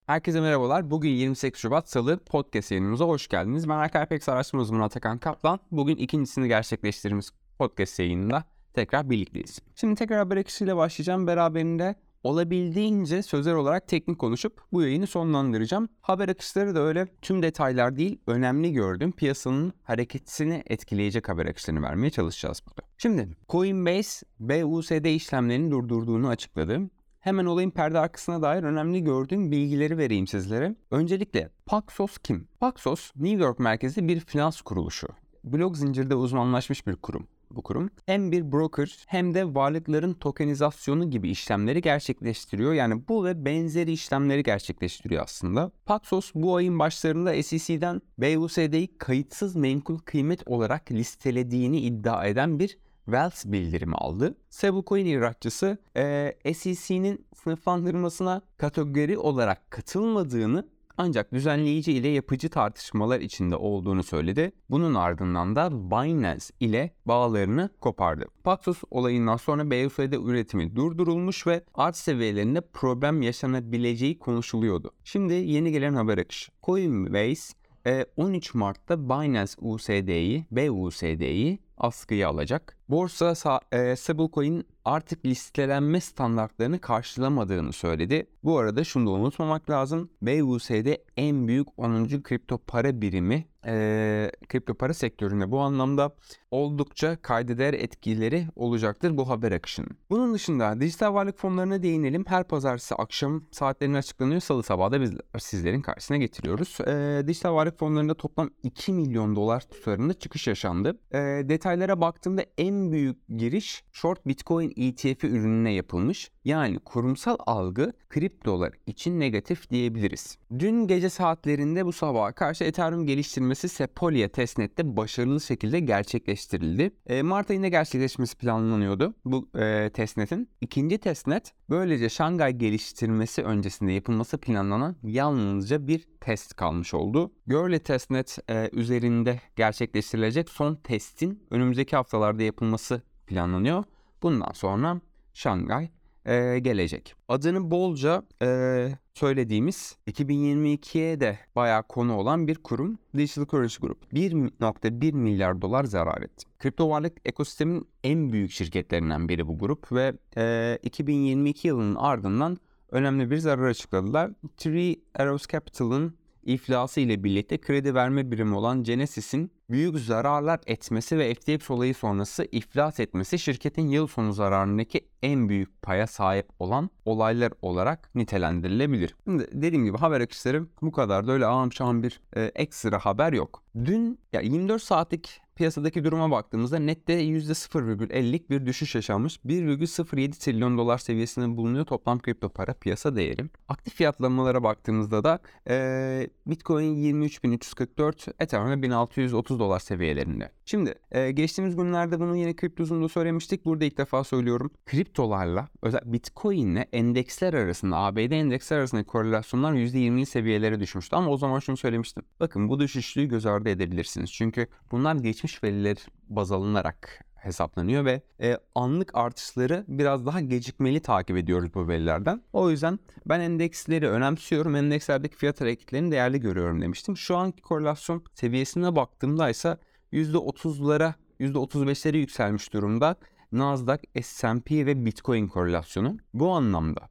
Herkese merhabalar. Bugün 28 Şubat Salı podcast yayınımıza hoş geldiniz. Ben Erkaypex araştırma uzmanı Atakan Kaplan. Bugün ikincisini gerçekleştirdiğimiz podcast yayınında tekrar birlikteyiz. Şimdi tekrar haber akışıyla başlayacağım. Beraberinde olabildiğince sözel olarak teknik konuşup bu yayını sonlandıracağım. Haber akışları da öyle tüm detaylar değil, önemli gördüğüm piyasanın hareketini etkileyecek haber akışlarını vermeye çalışacağız burada. Şimdi Coinbase BUSD işlemlerini durdurduğunu açıkladı. Hemen olayın perde arkasına dair önemli gördüğüm bilgileri vereyim sizlere. Öncelikle Paxos kim? Paxos, New York merkezli bir finans kuruluşu. Blok zincirde uzmanlaşmış bir kurum. Bu kurum hem bir broker hem de varlıkların tokenizasyonu gibi işlemleri gerçekleştiriyor. Yani bu ve benzeri işlemleri gerçekleştiriyor aslında. Paxos bu ayın başlarında SEC'den BUSD'yi kayıtsız menkul kıymet olarak listelediğini iddia eden bir Wells bildirimi aldı. Stablecoin ihracatçısı SEC'nin sınıflandırmasına kategori olarak katılmadığını ancak düzenleyici ile yapıcı tartışmalar içinde olduğunu söyledi. Bunun ardından da Binance ile bağlarını kopardı. Paxos olayından sonra BUSD üretimi durdurulmuş ve arz seviyelerinde problem yaşanabileceği konuşuluyordu. Şimdi yeni gelen haber akışı. Coinbase 13 Mart'ta Binance BUSD'yi askıya alacak. Borsa stablecoin artık listelenme standartlarını karşılamadığını söyledi. Bu arada şunu da unutmamak lazım. BUSD en büyük 10. kripto para birimi kripto para sektöründe. Bu anlamda oldukça kayda değer etkileri olacaktır bu haber akışının. Bunun dışında dijital varlık fonlarına değinelim. Her pazartesi akşam saatlerinde açıklanıyor. Salı sabahı da biz sizlerin karşısına getiriyoruz. Dijital varlık fonlarında toplam 2 milyon dolar tutarında çıkış yaşandı. Detaylara baktığımda en büyük giriş Short Bitcoin ETF'i ürününe yapılmış. Yani kurumsal algı kriptolar için negatif diyebiliriz. Dün gece saatlerinde bu sabaha karşı Ethereum geliştirmesi Sepolia testnet'te başarılı şekilde gerçekleştirildi. Mart ayında gerçekleşmesi planlanıyordu bu testnet'in. İkinci testnet böylece Şangay geliştirmesi öncesinde yapılması planlanan yalnızca bir test kalmış oldu. Görle testnet üzerinde gerçekleştirilecek son testin önümüzdeki haftalarda yapılması planlanıyor. Bundan sonra Şangay gelecek. Adını bolca söylediğimiz 2022'ye de bayağı konu olan bir kurum Digital Currency Group 1.1 milyar dolar zarar etti. Kripto varlık ekosistemin en büyük şirketlerinden biri bu grup ve 2022 yılının ardından önemli bir zarar açıkladılar. Three Arrows Capital'ın iflası ile birlikte kredi verme birimi olan Genesis'in büyük zararlar etmesi ve FTX olayı sonrası iflas etmesi şirketin yıl sonu zararındaki en büyük paya sahip olan olaylar olarak nitelendirilebilir. Şimdi dediğim gibi haber akışları bu kadar da öyle ağam şahım bir ekstra haber yok. Dün 24 saatlik piyasadaki duruma baktığımızda nette %0,50'lik bir düşüş yaşanmış. 1,07 trilyon dolar seviyesinde bulunuyor toplam kripto para piyasa değeri. Aktif fiyatlamalara baktığımızda da Bitcoin 23.344, Ethereum 1630 dolar seviyelerinde. Şimdi geçtiğimiz günlerde bunu yine kriptozunda söylemiştik. Burada ilk defa söylüyorum. Kriptolarla özellikle Bitcoin'le endeksler arasında, ABD endeksler arasındaki korelasyonlar %20'li seviyelere düşmüştü. Ama o zaman şunu söylemiştim. Bakın bu düşüşlüğü göz ardı edebilirsiniz. Çünkü bunlar geçmiş veriler baz alınarak hesaplanıyor ve anlık artışları biraz daha gecikmeli takip ediyoruz bu verilerden. O yüzden ben endeksleri önemsiyorum. Endekslerdeki fiyat hareketlerini değerli görüyorum demiştim. Şu anki korelasyon seviyesine baktığımda ise %30'lara, %35'lere yükselmiş durumda. Nasdaq, S&P ve Bitcoin korelasyonu. Bu anlamda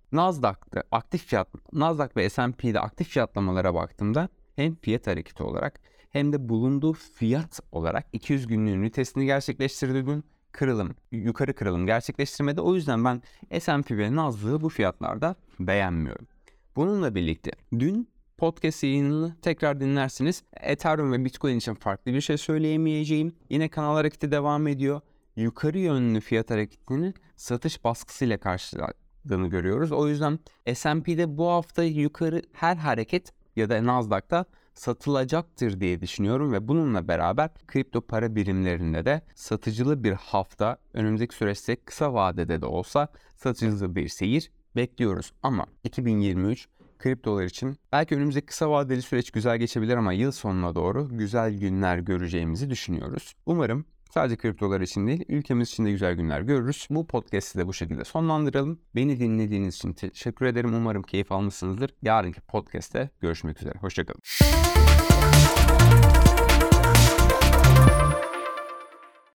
Nasdaq ve S&P'de aktif fiyatlamalara baktığımda hem fiyat hareketi olarak hem de bulunduğu fiyat olarak 200 günlüğün ünitesini gerçekleştirdiği gün yukarı kırılım gerçekleştirmedi. O yüzden ben S&P ve Nasdaq'ı bu fiyatlarda beğenmiyorum. Bununla birlikte dün podcast yayınını tekrar dinlersiniz. Ethereum ve Bitcoin için farklı bir şey söyleyemeyeceğim. Yine kanal hareketi devam ediyor. Yukarı yönlü fiyat hareketinin satış baskısıyla karşıladığını görüyoruz. O yüzden S&P'de bu hafta yukarı her hareket ya da Nasdaq'ta satılacaktır diye düşünüyorum ve bununla beraber kripto para birimlerinde de satıcılı bir hafta, önümüzdeki süreçte kısa vadede de olsa satıcılı bir seyir bekliyoruz. Ama 2023 kriptolar için belki önümüzdeki kısa vadeli süreç güzel geçebilir ama yıl sonuna doğru güzel günler göreceğimizi düşünüyoruz. Umarım Sadece kriptolar için değil, ülkemiz için de güzel günler görürüz. Bu podcast'i de bu şekilde sonlandıralım. Beni dinlediğiniz için teşekkür ederim. Umarım keyif almışsınızdır. Yarınki podcast'te görüşmek üzere. Hoşçakalın.